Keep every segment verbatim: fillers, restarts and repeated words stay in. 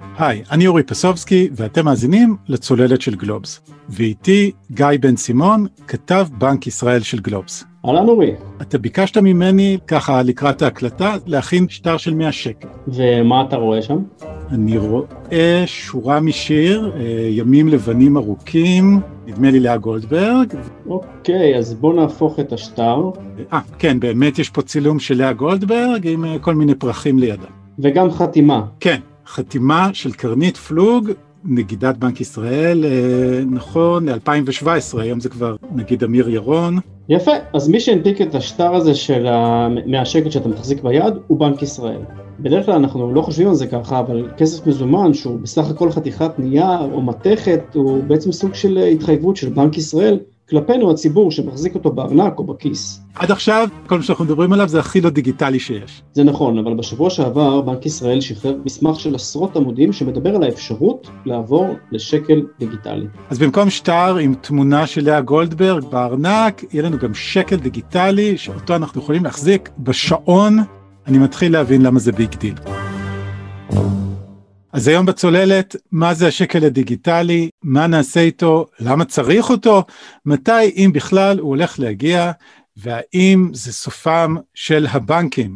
היי, אני אורי פסובסקי ואתם מאזינים לצוללת של גלובס. ואיתי גיא בן סימון, כתב בנק ישראל של גלובס. אהלן אורי. אתה ביקשת ממני, ככה לקראת ההקלטה, להכין שטר של מאה שקל. ומה אתה רואה שם? אני רואה שורה משיר, ימים לבנים ארוכים, נדמה לי לאה גולדברג. אוקיי, אז בוא נהפוך את השטר. אה, כן, באמת יש פה צילום של לאה גולדברג עם כל מיני פרחים לידה. וגם חתימה. כן, חתימה של קרנית פלוג, נגידת בנק ישראל, נכון, ל-אלפיים שבע עשרה, היום זה כבר נגיד אמיר ירון. יפה, אז מי שהנפיק את השטר הזה של מאה שקל שאתה מחזיק ביד, הוא בנק ישראל. בדרך כלל אנחנו לא חושבים על זה ככה, אבל כסף מזומן, שהוא בסך הכל חתיכת נייר או מתכת, הוא בעצם סוג של התחייבות של בנק ישראל, כלפינו הציבור שמחזיק אותו בארנק או בכיס. עד עכשיו, כל מה שאנחנו מדברים עליו זה הכי לא דיגיטלי שיש. זה נכון, אבל בשבוע שעבר בנק ישראל שחרר מסמך של עשרות עמודים שמדבר על האפשרות לעבור לשקל דיגיטלי. אז במקום שטר עם תמונה של לאה גולדברג בארנק, יהיה לנו גם שקל דיגיטלי, שאותו אנחנו יכולים להחזיק בשעון. אני מתחיל להבין למה זה ביג דיל. אז היום בצוללת, מה זה השקל הדיגיטלי, מה נעשה איתו, למה צריך אותו, מתי, אם בכלל, הוא הולך להגיע, והאם זה סופם של הבנקים.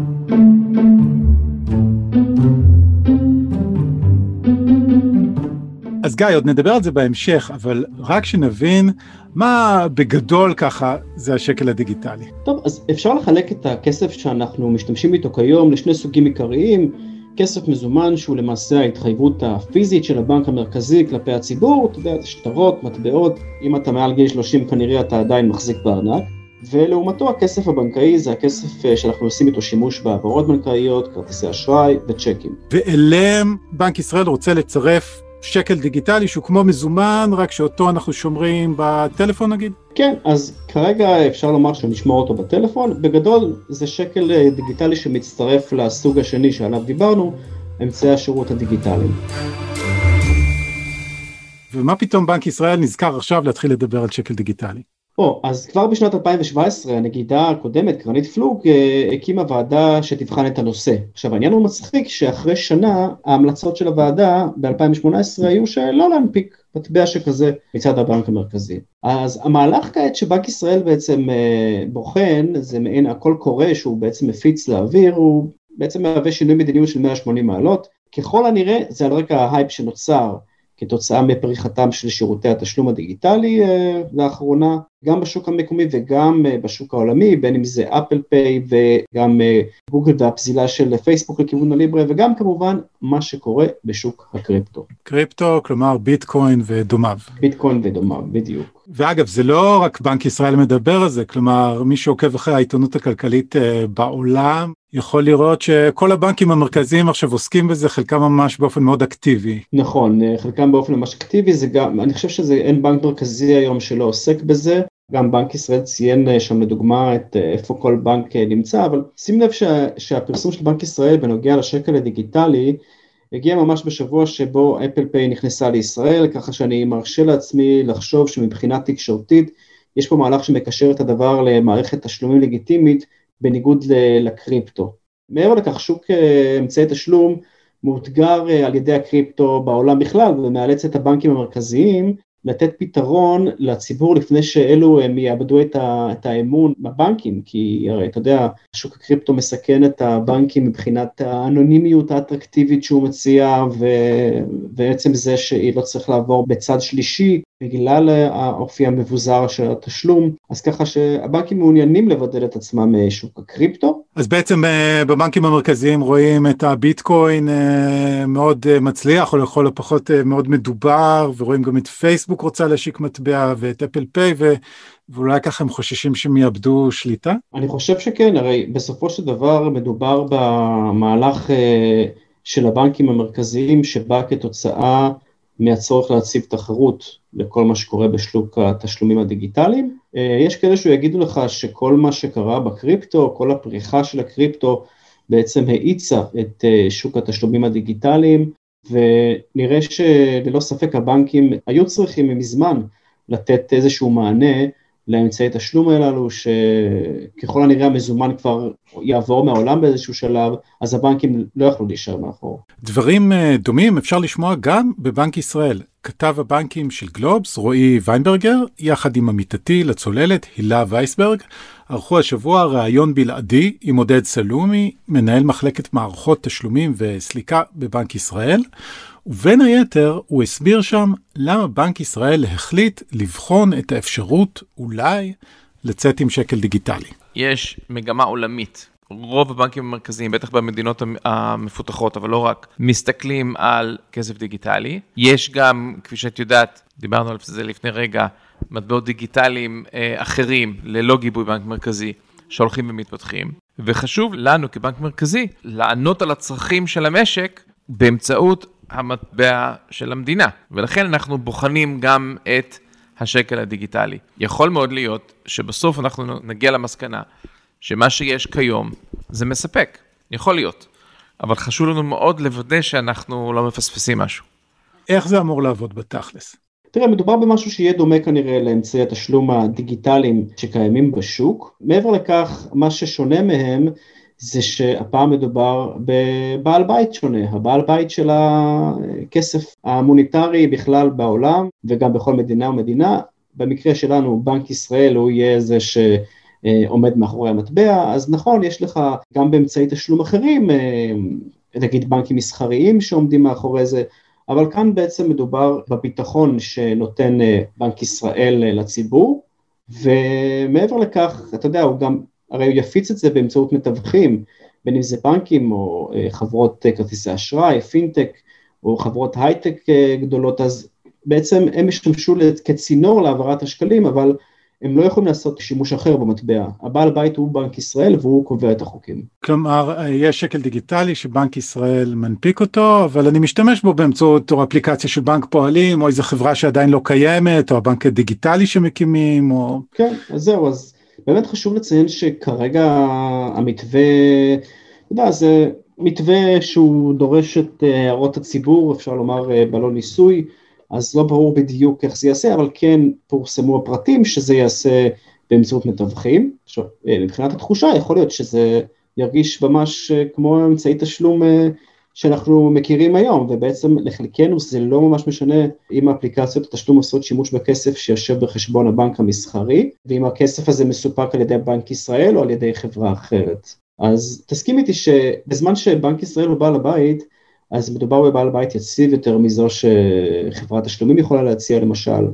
אז גיא, עוד נדבר על זה בהמשך, אבל רק שנבין מה בגדול ככה זה השקל הדיגיטלי. טוב, אז אפשר לחלק את הכסף שאנחנו משתמשים איתו כיום לשני סוגים עיקריים, כסף מזומן שהוא למעשה ההתחייבות הפיזית של הבנק המרכזי כלפי הציבור, אתה יודע, שטרות, מטבעות, אם אתה מעל גיל שלושים כנראה אתה עדיין מחזיק בארנק, ולעומתו הכסף הבנקאי זה הכסף שאנחנו עושים איתו שימוש בעברות בנקאיות, כרטיסי אשראי וצ'קים. ואליהם בנק ישראל רוצה לצרף שקל דיגיטלי שהוא כמו מזומן, רק שאותו אנחנו שומרים בטלפון נגיד? כן, אז כרגע אפשר לומר שנשמור אותו בטלפון. בגדול זה שקל דיגיטלי שמצטרף לסוג השני שעליו דיברנו, אמצעי השירות הדיגיטליים. ומה פתאום בנק ישראל נזכר עכשיו להתחיל לדבר על שקל דיגיטלי? או, אז כבר בשנת אלפיים שבע עשרה הנגידה הקודמת, קרנית פלוג, הקימה ועדה שתבחן את הנושא. עכשיו, העניין הוא מצחיק שאחרי שנה ההמלצות של הוועדה ב-אלפיים שמונה עשרה היו שלא להנפיק מטבע שכזה מצד הבנק המרכזי. אז המהלך כעת שבנק ישראל בעצם בוחן, זה מעין הכל קורא שהוא בעצם מפיץ לאוויר, הוא בעצם מהווה שינוי מדיניות של מאה ושמונים מעלות. ככל הנראה זה על רקע ההייפ שנוצר כתוצאה מפריחתם של שירותי התשלום הדיגיטלי אה, לאחרונה, גם בשוק המקומי וגם אה, בשוק העולמי, בין אם זה אפל פיי וגם אה, גוגל והפזילה של פייסבוק לכיוון הליברה, וגם כמובן מה שקורה בשוק הקריפטו. קריפטו, כלומר ביטקוין ודומיו. ביטקוין ודומיו, בדיוק. ואגב, זה לא רק בנק ישראל מדבר על זה, כלומר מי שעוקב אחרי העיתונות הכלכלית אה, בעולם, יכול לראות שכל הבנקים המרכזיים עכשיו עוסקים בזה, חלקם ממש באופן מאוד אקטיבי. נכון, חלקם באופן ממש אקטיבי, זה גם, אני חושב שזה אין בנק מרכזי היום שלא עוסק בזה, גם בנק ישראל ציין שם לדוגמה את איפה כל בנק נמצא, אבל שים לב שה, שהפרסום של בנק ישראל בנוגע לשקל הדיגיטלי, הגיע ממש בשבוע שבו אפל פיי נכנסה לישראל, ככה שאני מרשה לעצמי לחשוב שמבחינה תקשורתית, יש פה מהלך שמקשר את הדבר למערכת תשלומים לגיטימית, בניגוד לקריפטו. מעבר לכך, שוק אמצעי תשלום מאותגר על ידי הקריפטו בעולם בכלל, ומאלץ את הבנקים המרכזיים לתת פתרון לציבור לפני שאלו הם יאבדו את, ה, את האמון בבנקים, כי הרי אתה יודע, שוק הקריפטו מסכן את הבנקים מבחינת האנונימיות האטרקטיבית שהוא מציע, ובעצם זה שהיא לא צריך לעבור בצד שלישי, בגלל האופי המבוזר של התשלום, אז ככה שהבנקים מעוניינים לבדל את עצמם משוק הקריפטו. אז בעצם בבנקים המרכזיים רואים את הביטקוין מאוד מצליח, או לכל הפחות מאוד מדובר, ורואים גם את פייסבוק רוצה להשיק מטבע, ואת אפל פיי, ו... ואולי ככה הם חוששים שהם יאבדו שליטה? אני חושב שכן, הרי בסופו של דבר מדובר במהלך של הבנקים המרכזיים, שבא כתוצאה מהצורך להציב תחרות לכל מה שקורה בשוק התשלומים הדיגיטליים. יש כאלה שיגידו לך שכל מה שקרה בקריפטו, כל הפריחה של הקריפטו בעצם האיצה את שוק התשלומים הדיגיטליים, ונראה שללא ספק הבנקים היו צריכים מזמן לתת איזשהו מענה לאמצעי תשלום הללו, שככל הנראה המזומן כבר יעבור מהעולם באיזשהו שלב, אז הבנקים לא יכלו להישאר מאחור. דברים דומים אפשר לשמוע גם בבנק ישראל. כתב הבנקים של גלובס, רועי ויינברגר, יחד עם עמיתתי לצוללת, הילה וייסברג, ערכו השבוע ראיון בלעדי עם עודד סלומי, מנהל מחלקת מערכות תשלומים וסליקה בבנק ישראל, ובין היתר הוא הסביר שם למה בנק ישראל החליט לבחון את האפשרות אולי לצאת עם שקל דיגיטלי. יש מגמה עולמית. רוב הבנקים המרכזיים, בטח במדינות המפותחות, אבל לא רק, מסתכלים על כסף דיגיטלי. יש גם, כפי שאת יודעת, דיברנו על זה לפני רגע, מטבעות דיגיטליים אחרים, ללא גיבוי בנק מרכזי, שהולכים ומתפתחים. וחשוב לנו כבנק מרכזי, לענות על הצרכים של המשק, באמצעות המטבע של המדינה. ולכן אנחנו בוחנים גם את השקל הדיגיטלי. יכול מאוד להיות שבסוף אנחנו נגיע למסקנה, שמה שיש כיום זה מספק, יכול להיות. אבל חשוב לנו מאוד לוודא שאנחנו לא מפספסים משהו. איך זה אמור לעבוד בתכלס? תראה, מדובר במשהו שיהיה דומה כנראה לאמצעי התשלום הדיגיטליים שקיימים בשוק. מעבר לכך, מה ששונה מהם זה שהפעם מדובר בבעל בית שונה. הבעל בית של הכסף המוניטרי בכלל בעולם, וגם בכל מדינה ומדינה. במקרה שלנו, בנק ישראל הוא יהיה זה ש... עומד מאחורי המטבע, אז נכון, יש לך גם באמצעי תשלום אחרים, נגיד בנקים מסחריים שעומדים מאחורי זה, אבל כאן בעצם מדובר בביטחון שנותן בנק ישראל לציבור, ומעבר לכך, אתה יודע, הוא גם, הרי הוא יפיץ את זה באמצעות מתווכים, בין אם זה בנקים או חברות כרטיסי אשראי, פינטק, או חברות הייטק גדולות, אז בעצם הם משתמשו כצינור להעברת השקלים, אבל הם לא יכולים לעשות שימוש אחר במטבע. הבעל בית הוא בנק ישראל והוא קובע את החוקים. כלומר, יש שקל דיגיטלי שבנק ישראל מנפיק אותו, אבל אני משתמש בו באמצעות או אפליקציה של בנק פועלים, או איזו חברה שעדיין לא קיימת, או הבנק הדיגיטלי שמקימים, או... כן, אז זהו, אז באמת חשוב לציין שכרגע המתווה, אתה יודע, זה מתווה שהוא דורש את הערות הציבור, אפשר לומר בלון ניסוי, אז לא ברור בדיוק איך זה יעשה, אבל כן פורסמו הפרטים שזה יעשה באמצעות מתווכים. עכשיו, מבחינת התחושה יכול להיות שזה ירגיש ממש כמו אמצעי תשלום שאנחנו מכירים היום, ובעצם לחלקנו זה לא ממש משנה אם האפליקציות התשלום עושות שימוש בכסף שיושב בחשבון הבנק המסחרי, ואם הכסף הזה מסופק על ידי בנק ישראל או על ידי חברה אחרת. אז תסכים איתי שבזמן שבנק ישראל הוא בעל הבית, אז מדובר בבעל בית יציב יותר מזו שחברת תשלומים יכולה להציע למשל,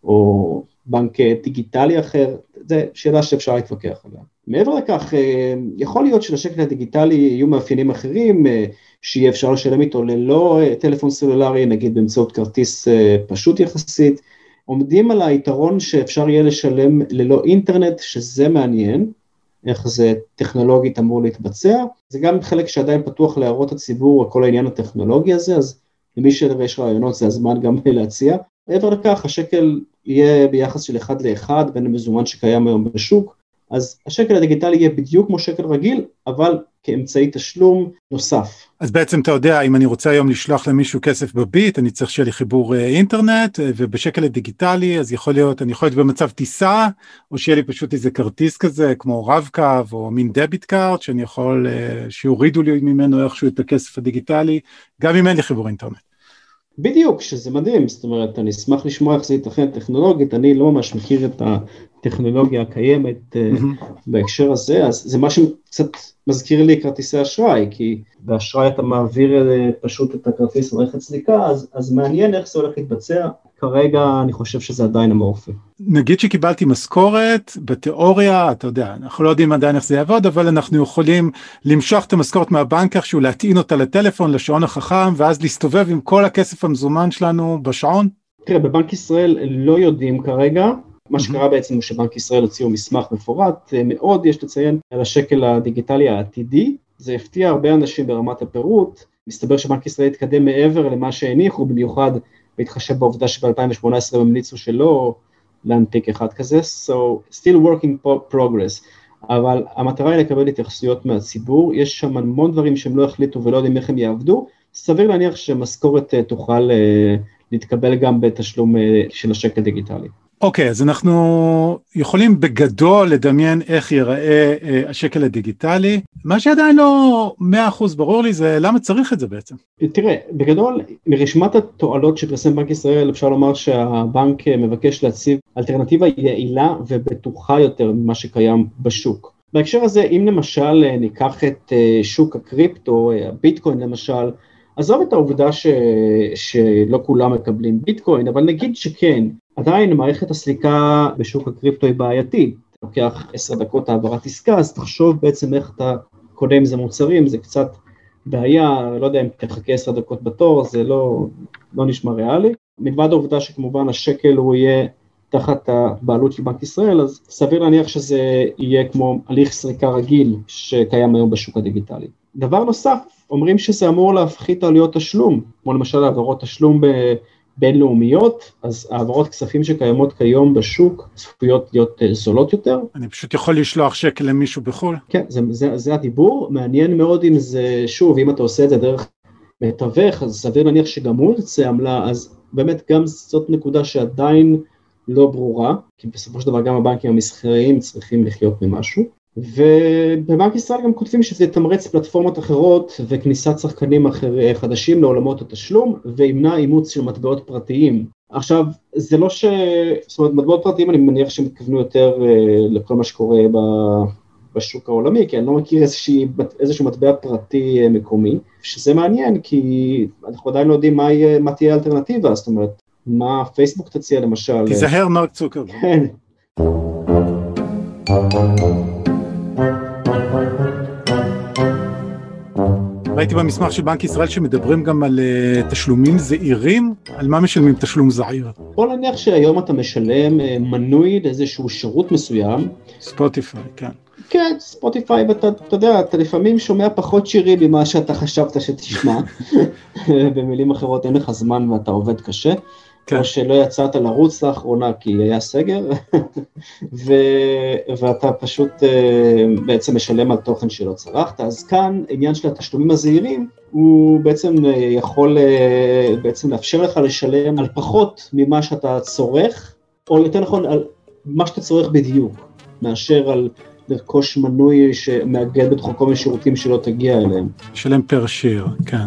או בנק דיגיטלי אחר, זה שאלה שאפשר להתווכח עליה. מעבר לכך, יכול להיות שלשקל הדיגיטלי יהיו מאפיינים אחרים, שיהיה אפשר לשלם איתו ללא טלפון סלולרי, נגיד באמצעות כרטיס פשוט יחסית, עומדים על היתרון שאפשר יהיה לשלם ללא אינטרנט, שזה מעניין, איך זה טכנולוגית אמור להתבצע, זה גם חלק שעדיין פתוח להערות הציבור, כל העניין הטכנולוגי הזה, אז למי שיש רעיונות זה הזמן גם להציע. מעבר לכך, השקל יהיה ביחס של אחד לאחד, בין המזומן שקיים היום בשוק, אז השקל הדיגיטלי יהיה בדיוק כמו שקל רגיל, אבל כאמצעי תשלום נוסף. אז בעצם אתה יודע, אם אני רוצה היום לשלוח למישהו כסף בביט, אני צריך שיהיה לי חיבור אינטרנט, ובשקל הדיגיטלי, אז יכול להיות, אני יכול להיות במצב טיסה, או שיהיה לי פשוט איזה כרטיס כזה, כמו רב-קו, או מין דביט קארד, שאני יכול, שיורידו לי ממנו איכשהו את הכסף הדיגיטלי, גם אם אין לי חיבור אינטרנט. בדיוק, שזה מדהים, זאת אומרת, אני אשמח לשמוע איך זה ייתכן טכנולוגית, אני לא ממש מכיר את הטכנולוגיה הקיימת mm-hmm. בהקשר הזה, אז זה מה שקצת מזכיר לי כרטיסי אשראי, כי באשראי אתה מעביר פשוט את הכרטיס למערכת סליקה, אז, אז מעניין איך זה הולך להתבצע, כרגע אני חושב שזה עדיין אמורפי. נגיד שקיבלתי משכורת, בתיאוריה, אתה יודע, אנחנו לא יודעים עדיין איך זה יעבוד, אבל אנחנו יכולים למשוך את המשכורת מהבנק, איכשהו להטעין אותה לטלפון, לשעון החכם, ואז להסתובב עם כל הכסף המזומן שלנו בשעון? תראה, בבנק ישראל לא יודעים כרגע, מה שקרה בעצם הוא שבנק ישראל הוציאו מסמך מפורט, מאוד יש לציין על השקל הדיגיטלי העתידי, זה הפתיע הרבה אנשים ברמת הפירוט, מסתבר שבנק ישראל התקדם מעבר למה שהניחו, במיוחד בהתחשב בעובדה שב-אלפיים שמונה עשרה המליצו שלא להנפיק אחד כזה, so still working progress, אבל המטרה היא לקבל התייחסויות מהציבור, יש שם המון דברים שהם לא החליטו ולא יודעים איך הם יעבדו, סביר להניח שמשכורת תוכל להתקבל גם בתשלום של השקל דיגיטלי. אוקיי, אז אנחנו יכולים בגדול לדמיין איך ייראה השקל הדיגיטלי. מה שעדיין לא מאה אחוז ברור לי זה למה צריך את זה בעצם. תראה, בגדול, מרשימת התועלות שפרסם בנק ישראל, אפשר לומר שהבנק מבקש להציב אלטרנטיבה יעילה ובטוחה יותר ממה שקיים בשוק. בהקשר הזה, אם למשל ניקח את שוק הקריפטו, הביטקוין למשל, עזוב את העובדה ש... שלא כולם מקבלים ביטקוין, אבל נגיד שכן, עדיין מערכת הסליקה בשוק הקריפטו היא בעייתית, לוקח עשר דקות העברת עסקה, אז תחשוב בעצם איך אתה קונה עם זה מוצרים, זה קצת בעיה, לא יודע אם תחכה עשר דקות בתור, זה לא, לא נשמע ריאלי. מלבד העובדה שכמובן השקל הוא יהיה תחת הבעלות של בנק ישראל, אז סביר להניח שזה יהיה כמו הליך סריקה רגיל שקיים היום בשוק הדיגיטלי. דבר נוסף, אומרים שזה אמור להפחית עלויות תשלום, כמו למשל העברות תשלום בינלאומיות, אז העברות כספים שקיימות כיום בשוק צפויות להיות זולות יותר. אני פשוט יכול לשלוח שקל למישהו בחו"ל. כן, זה, זה, זה הדיבור, מעניין מאוד אם זה, שוב, אם אתה עושה את זה דרך מתווך, אז סביר להניח שגם הוא ירצה עמלה, אז באמת גם זאת נקודה שעדיין לא ברורה, כי בסופו של דבר גם הבנקים המסחריים צריכים לחיות ממשהו, ובבנק ישראל גם כותבים שזה יתמרץ פלטפורמות אחרות וכניסת שחקנים אחר, חדשים לעולמות התשלום, וימנע אימוץ של מטבעות פרטיים. עכשיו, זה לא ש... זאת אומרת, מטבעות פרטיים אני מניח שהם מתכוונו יותר לכל מה שקורה בשוק העולמי, כי אני לא מכיר איזושהי, איזשהו מטבע פרטי מקומי, שזה מעניין, כי אנחנו עדיין לא יודעים מה, מה תהיה האלטרנטיבה, זאת אומרת, מה פייסבוק תציע למשל. תיזהר מרק צוקרברג. כן. ראיתי במסמך של בנק ישראל שמדברים גם על uh, תשלומים זעירים, על מה משלמים תשלום זעיר? בוא נניח שהיום אתה משלם uh, מנוי לאיזשהו שירות מסוים. ספוטיפיי, כן. כן, ספוטיפיי, ואתה אתה יודע, אתה לפעמים שומע פחות שירים ממה שאתה חשבת שתשמע, במילים אחרות אין לך זמן ואתה עובד קשה, כן. או שלא יצאת לרוץ לאחרונה כי היה סגר, ו... ואתה פשוט uh, בעצם משלם על תוכן שלא צרכת, אז כאן עניין של התשלומים הזעירים, הוא בעצם uh, יכול uh, בעצם לאפשר לך לשלם על פחות ממה שאתה צורך, או יותר נכון על מה שאתה צורך בדיוק, מאשר על לרכוש מנוי שמאגד בתוכו כל מיני שירותים שלא תגיע אליהם. שלם פר שיר, כן.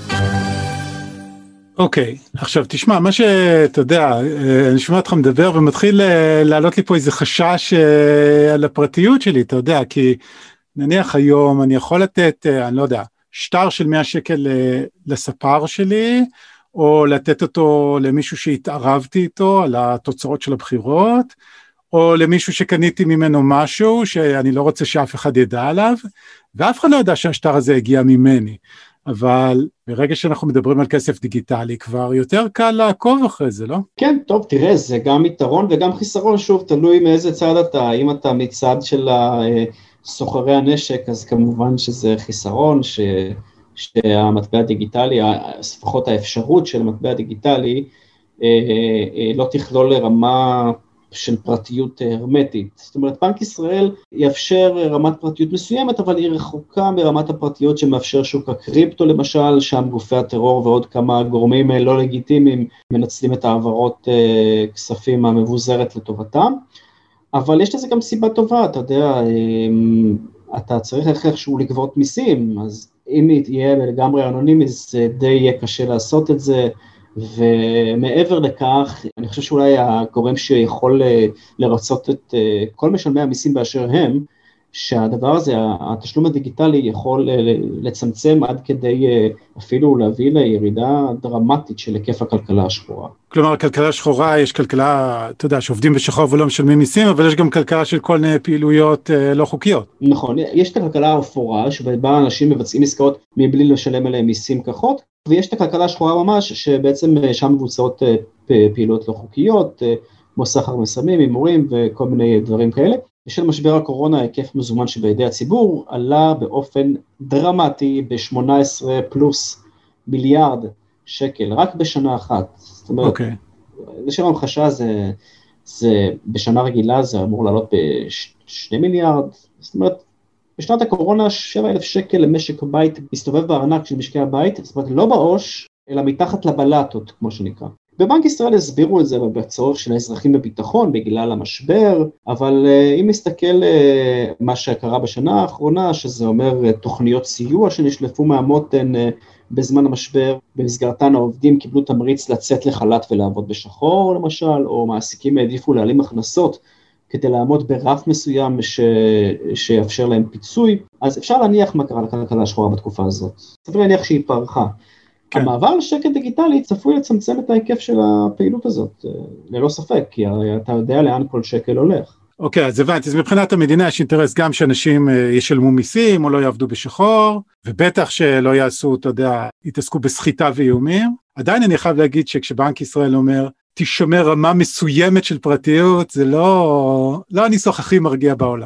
אוקיי, עכשיו תשמע, מה שאתה יודע, אני שומע אותך מדבר ומתחיל לעלות לי פה איזה חשש על הפרטיות שלי, אתה יודע, כי נניח היום אני יכול לתת, אני לא יודע, שטר של מאה שקל לספר שלי, או לתת אותו למישהו שהתערבתי איתו על התוצאות של הבחירות, או למישהו שקניתי ממנו משהו שאני לא רוצה שאף אחד ידע עליו, ואף אחד לא יודע שהשטר הזה הגיע ממני. אבל ברגע שאנחנו מדברים על כסף דיגיטלי, כבר יותר קל לעקוב אחרי זה, לא? כן, טוב, תראה, זה גם יתרון וגם חיסרון, שוב, תלוי מאיזה צד אתה, אם אתה מצד של סוחרי הנשק, אז כמובן שזה חיסרון, ש... שהמטבע הדיגיטלי, לפחות האפשרות של המטבע הדיגיטלי, לא תכלול לרמה של פרטיות הרמטית. זאת אומרת, בנק ישראל יאפשר רמת פרטיות מסוימת, אבל היא רחוקה מרמת הפרטיות שמאפשר שוק הקריפטו למשל, שם גופי הטרור ועוד כמה גורמים לא לגיטימיים מנצלים את העברות כספים המבוזרת לטובתם. אבל יש לזה גם סיבה טובה, אתה יודע, אתה צריך איכשהו לגבות מיסים, אז אם יהיה לגמרי אנונימי, זה די יהיה קשה לעשות את זה, ומעבר לכך, אני חושב שאולי הגורם שיכול לרצות את כל משלמי המיסים באשר הם, שהדבר הזה, התשלום הדיגיטלי יכול לצמצם עד כדי אפילו להביא לירידה דרמטית של היקף הכלכלה השחורה. כלומר, הכלכלה השחורה, יש כלכלה, אתה יודע, שעובדים בשחור ולא משלמים מיסים, אבל יש גם כלכלה של כל מיני פעילויות לא חוקיות. נכון, יש את הכלכלה האפורה, שבה אנשים מבצעים עסקאות מבלי לשלם עליהם מיסים כחוק, ויש את הכלכלה השחורה ממש, שבעצם שם מבוצעות פעילויות לא חוקיות, כמו סחר בסמים, הימורים וכל מיני דברים כאלה. בשל משבר הקורונה, היקף מזומן שבידי הציבור עלה באופן דרמטי ב-שמונה עשרה פלוס מיליארד שקל, רק בשנה אחת. זאת אומרת, okay. לשם המחשה זה, זה, בשנה רגילה זה אמור לעלות ב-שני מיליארד, זאת אומרת, בשנת הקורונה שבעה אלף שקל למשק הבית, מסתובב בארנק של משקי הבית, זאת אומרת, לא בעוש, אלא מתחת לבלטות, כמו שנקרא. בבנק ישראל הסבירו את זה בצורך של האזרחים בביטחון בגלל המשבר, אבל אם נסתכל מה שקרה בשנה האחרונה, שזה אומר תוכניות סיוע שנשלפו מהמותן בזמן המשבר, במסגרתן העובדים קיבלו תמריץ לצאת לחל"ת ולעבוד בשחור למשל, או מעסיקים העדיפו להעלים הכנסות כדי לעמוד ברף מסוים ש... שיאפשר להם פיצוי, אז אפשר להניח מה קרה לכלכלה השחורה בתקופה הזאת. סביר להניח שהיא פרחה. כן. המעבר לשקל דיגיטלי צפוי לצמצם את ההיקף של הפעילות הזאת, ללא ספק, כי אתה יודע לאן כל שקל הולך. אוקיי, אז הבנתי, אז מבחינת המדינה יש אינטרס גם שאנשים ישלמו מיסים או לא יעבדו בשחור, ובטח שלא יעשו, אתה יודע, יתעסקו בסחיטה ואיומים. עדיין אני חייב להגיד שכשבנק ישראל אומר, תשמר רמה מסוימת של פרטיות, זה לא, לא הניסוח הכי מרגיע בעולם.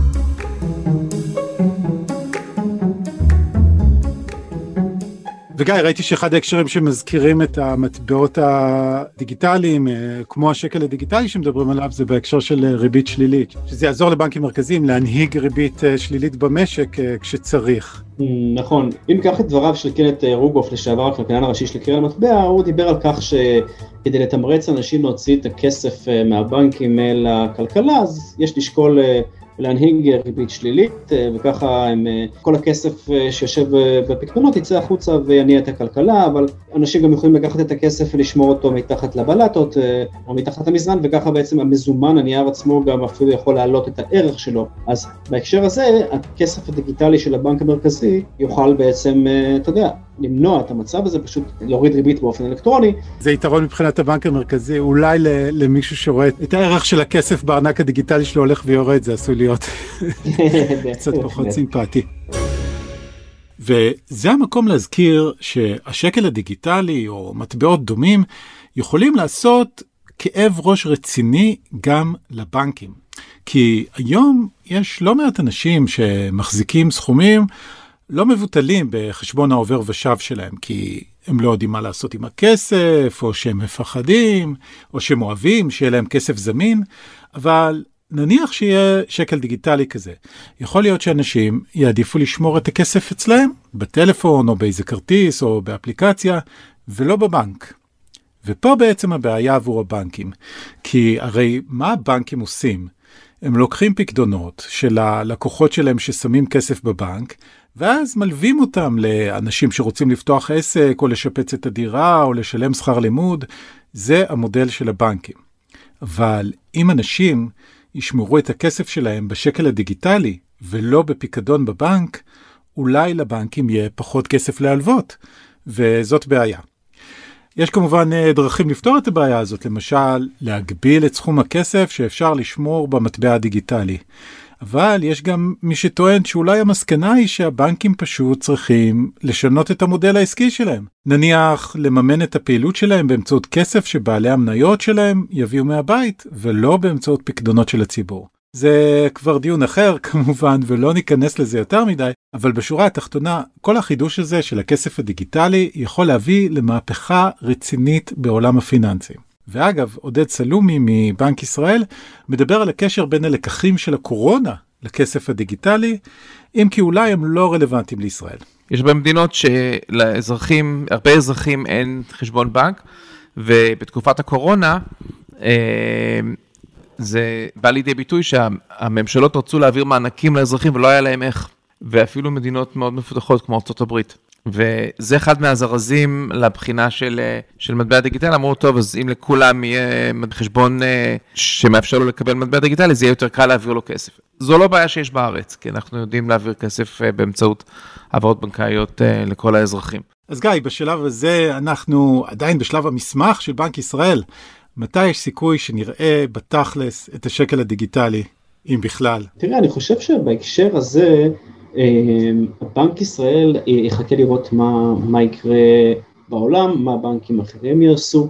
וגיא, ראיתי שאחד ההקשרים שמזכירים את המטבעות הדיגיטליים, כמו השקל הדיגיטלי שמדברים עליו, זה בהקשר של ריבית שלילית, שזה יעזור לבנקים מרכזיים להנהיג ריבית שלילית במשק כשצריך. נכון, אם ניקח את דבריו של קנט רוגוף, לשעבר הכלכלן הראשי של קרן המטבע, הוא דיבר על כך שכדי לתמרץ אנשים להוציא את הכסף מהבנקים אל הכלכלה, אז יש לשקול להנהיג ריבית שלילית, וככה הם, כל הכסף שיושב בפקדונות יצא החוצה ויניע את הכלכלה, אבל אנשים גם יכולים לקחת את הכסף ולשמור אותו מתחת לבלטות או מתחת למזרן, וככה בעצם המזומן, הנייר עצמו גם אפילו יכול להעלות את הערך שלו. אז בהקשר הזה, הכסף הדיגיטלי של הבנק המרכזי יוכל בעצם, אתה יודע, למנוע את המצב הזה, פשוט להוריד ריבית באופן אלקטרוני. זה יתרון מבחינת הבנק המרכזי, אולי למישהו שרואה את הערך של הכסף בארנק הדיגיטלי שלו הולך ויורד, זה עשוי להיות קצת פחות סימפטי. וזה המקום להזכיר שהשקל הדיגיטלי או מטבעות דומים יכולים לעשות כאב ראש רציני גם לבנקים. כי היום יש לא מעט אנשים שמחזיקים סכומים לא מבוטלים בחשבון העובר ושב שלהם, כי הם לא יודעים מה לעשות עם הכסף, או שהם מפחדים, או שהם אוהבים, שיהיה להם כסף זמין, אבל נניח שיהיה שקל דיגיטלי כזה. יכול להיות שאנשים יעדיפו לשמור את הכסף אצלהם, בטלפון, או באיזה כרטיס, או באפליקציה, ולא בבנק. ופה בעצם הבעיה עבור הבנקים, כי הרי מה הבנקים עושים? הם לוקחים פקדונות של הלקוחות שלהם ששמים כסף בבנק, ואז מלווים אותם לאנשים שרוצים לפתוח עסק, או לשפץ את הדירה, או לשלם שכר לימוד. זה המודל של הבנקים. אבל אם אנשים ישמרו את הכסף שלהם בשקל הדיגיטלי, ולא בפיקדון בבנק, אולי לבנקים יהיה פחות כסף להלוות, וזאת בעיה. יש כמובן דרכים לפתור את הבעיה הזאת, למשל להגביל את סכום הכסף שאפשר לשמור במטבע הדיגיטלי. אבל יש גם מי שטוען שאולי המסקנה היא שהבנקים פשוט צריכים לשנות את המודל העסקי שלהם. נניח לממן את הפעילות שלהם באמצעות כסף שבעלי המניות שלהם יביאו מהבית, ולא באמצעות פקדונות של הציבור. זה כבר דיון אחר כמובן, ולא ניכנס לזה יותר מדי, אבל בשורה התחתונה, כל החידוש הזה של הכסף הדיגיטלי יכול להביא למהפכה רצינית בעולם הפיננסים. ואגב, עודד סלומי מבנק ישראל מדבר על הקשר בין הלקחים של הקורונה לכסף הדיגיטלי, אם כי אולי הם לא רלוונטיים לישראל. יש במדינות שלאזרחים, הרבה אזרחים אין חשבון בנק, ובתקופת הקורונה זה בא לידי ביטוי שהממשלות רצו להעביר מענקים לאזרחים ולא היה להם איך, ואפילו מדינות מאוד מפותחות כמו ארצות הברית. וזה אחד מהזרזים לבחינה של, של מטבע דיגיטלי, אמרו טוב, אז אם לכולם יהיה חשבון שמאפשר לו לקבל מטבע דיגיטלי, זה יהיה יותר קל להעביר לו כסף. זו לא בעיה שיש בארץ, כי אנחנו יודעים להעביר כסף באמצעות העברות בנקאיות לכל האזרחים. אז גיא, בשלב הזה אנחנו עדיין בשלב המסמך של בנק ישראל. מתי יש סיכוי שנראה בתכלס את השקל הדיגיטלי, אם בכלל? תראה, אני חושב שבהקשר הזה, בנק ישראל יחכה לראות מה, מה יקרה בעולם, מה בנקים אחרים יעשו,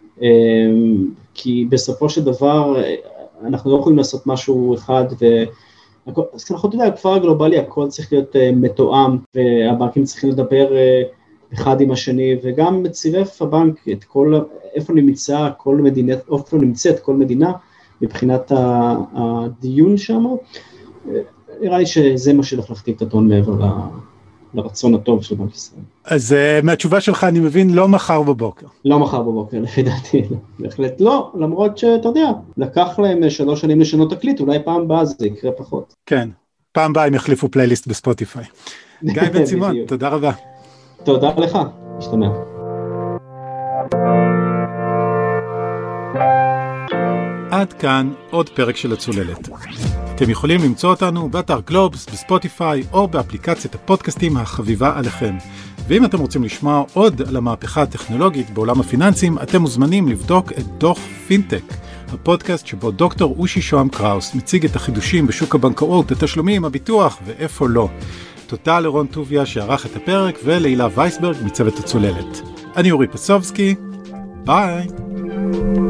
כי בסופו של דבר אנחנו לא יכולים לעשות משהו אחד, ואנחנו יודעים, הכפר הגלובלי הכל צריך להיות מתואם, והבנקים צריכים לדבר אחד עם השני, וגם מצירף הבנק את כל, איפה נמצא כל מדינה, איפה נמצאת כל מדינה, מבחינת הדיון שם, נראה לי שזה מה שהולך להכתיב את הטון מעבר לרצון הטוב של בנק ישראל. אז מהתשובה שלך אני מבין לא מחר בבוקר. לא מחר בבוקר, לפי דעתי, בהחלט לא, למרות שאתה יודע, לקח להם שלוש שנים לשנות תקליט, אולי פעם באה זה יקרה פחות. כן, פעם באה הם יחליפו פלייליסט בספוטיפיי. גיא בן סימון, תודה רבה. תודה לך, משתמע. עד כאן עוד פרק של הצוללת. אתם יכולים למצוא אותנו באתר גלובס, בספוטיפיי או באפליקציית הפודקאסטים החביבה עליכם. ואם אתם רוצים לשמוע עוד על המהפכה הטכנולוגית בעולם הפיננסים, אתם מוזמנים לבדוק את דוח פינטק, הפודקאסט שבו דוקטור אושי שוהם קראוס מציג את החידושים בשוק הבנקאות, התשלומים, הביטוח ואיפה לא. תודה לרון טוביה שערך את הפרק ולהילה וייסברג מצוות הצוללת. אני אורי פסובסקי, ביי.